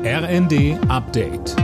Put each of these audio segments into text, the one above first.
RND Update.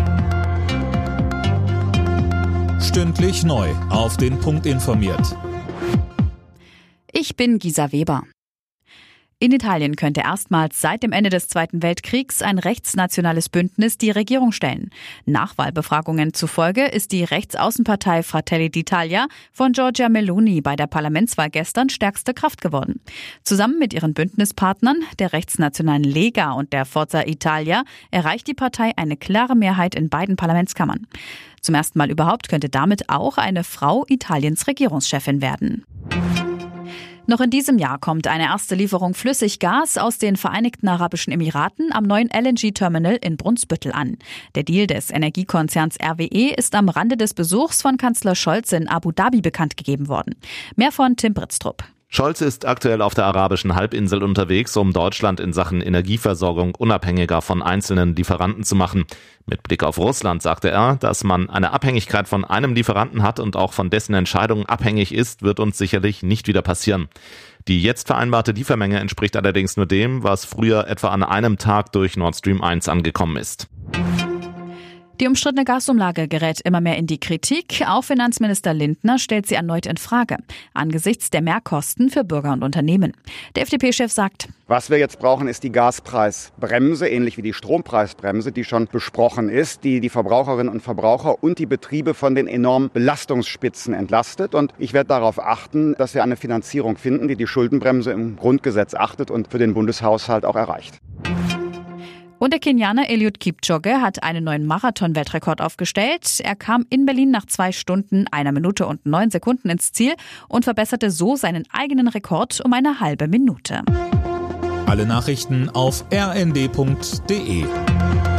Stündlich neu auf den Punkt informiert. Ich bin Gisa Weber. In Italien könnte erstmals seit dem Ende des Zweiten Weltkriegs ein rechtsnationales Bündnis die Regierung stellen. Nachwahlbefragungen zufolge ist die Rechtsaußenpartei Fratelli d'Italia von Giorgia Meloni bei der Parlamentswahl gestern stärkste Kraft geworden. Zusammen mit ihren Bündnispartnern, der rechtsnationalen Lega und der Forza Italia, erreicht die Partei eine klare Mehrheit in beiden Parlamentskammern. Zum ersten Mal überhaupt könnte damit auch eine Frau Italiens Regierungschefin werden. Noch in diesem Jahr kommt eine erste Lieferung Flüssiggas aus den Vereinigten Arabischen Emiraten am neuen LNG-Terminal in Brunsbüttel an. Der Deal des Energiekonzerns RWE ist am Rande des Besuchs von Kanzler Scholz in Abu Dhabi bekannt gegeben worden. Mehr von Tim Britztrup. Scholz ist aktuell auf der arabischen Halbinsel unterwegs, um Deutschland in Sachen Energieversorgung unabhängiger von einzelnen Lieferanten zu machen. Mit Blick auf Russland sagte er, dass man eine Abhängigkeit von einem Lieferanten hat und auch von dessen Entscheidungen abhängig ist, wird uns sicherlich nicht wieder passieren. Die jetzt vereinbarte Liefermenge entspricht allerdings nur dem, was früher etwa an einem Tag durch Nord Stream 1 angekommen ist. Die umstrittene Gasumlage gerät immer mehr in die Kritik. Auch Finanzminister Lindner stellt sie erneut in Frage, angesichts der Mehrkosten für Bürger und Unternehmen. Der FDP-Chef sagt: Was wir jetzt brauchen, ist die Gaspreisbremse, ähnlich wie die Strompreisbremse, die schon besprochen ist, die die Verbraucherinnen und Verbraucher und die Betriebe von den enormen Belastungsspitzen entlastet. Und ich werde darauf achten, dass wir eine Finanzierung finden, die die Schuldenbremse im Grundgesetz achtet und für den Bundeshaushalt auch erreicht. Und der Kenianer Eliud Kipchoge hat einen neuen Marathon-Weltrekord aufgestellt. Er kam in Berlin nach 2 Stunden, 1 Minute und 9 Sekunden ins Ziel und verbesserte so seinen eigenen Rekord um eine halbe Minute. Alle Nachrichten auf rnd.de.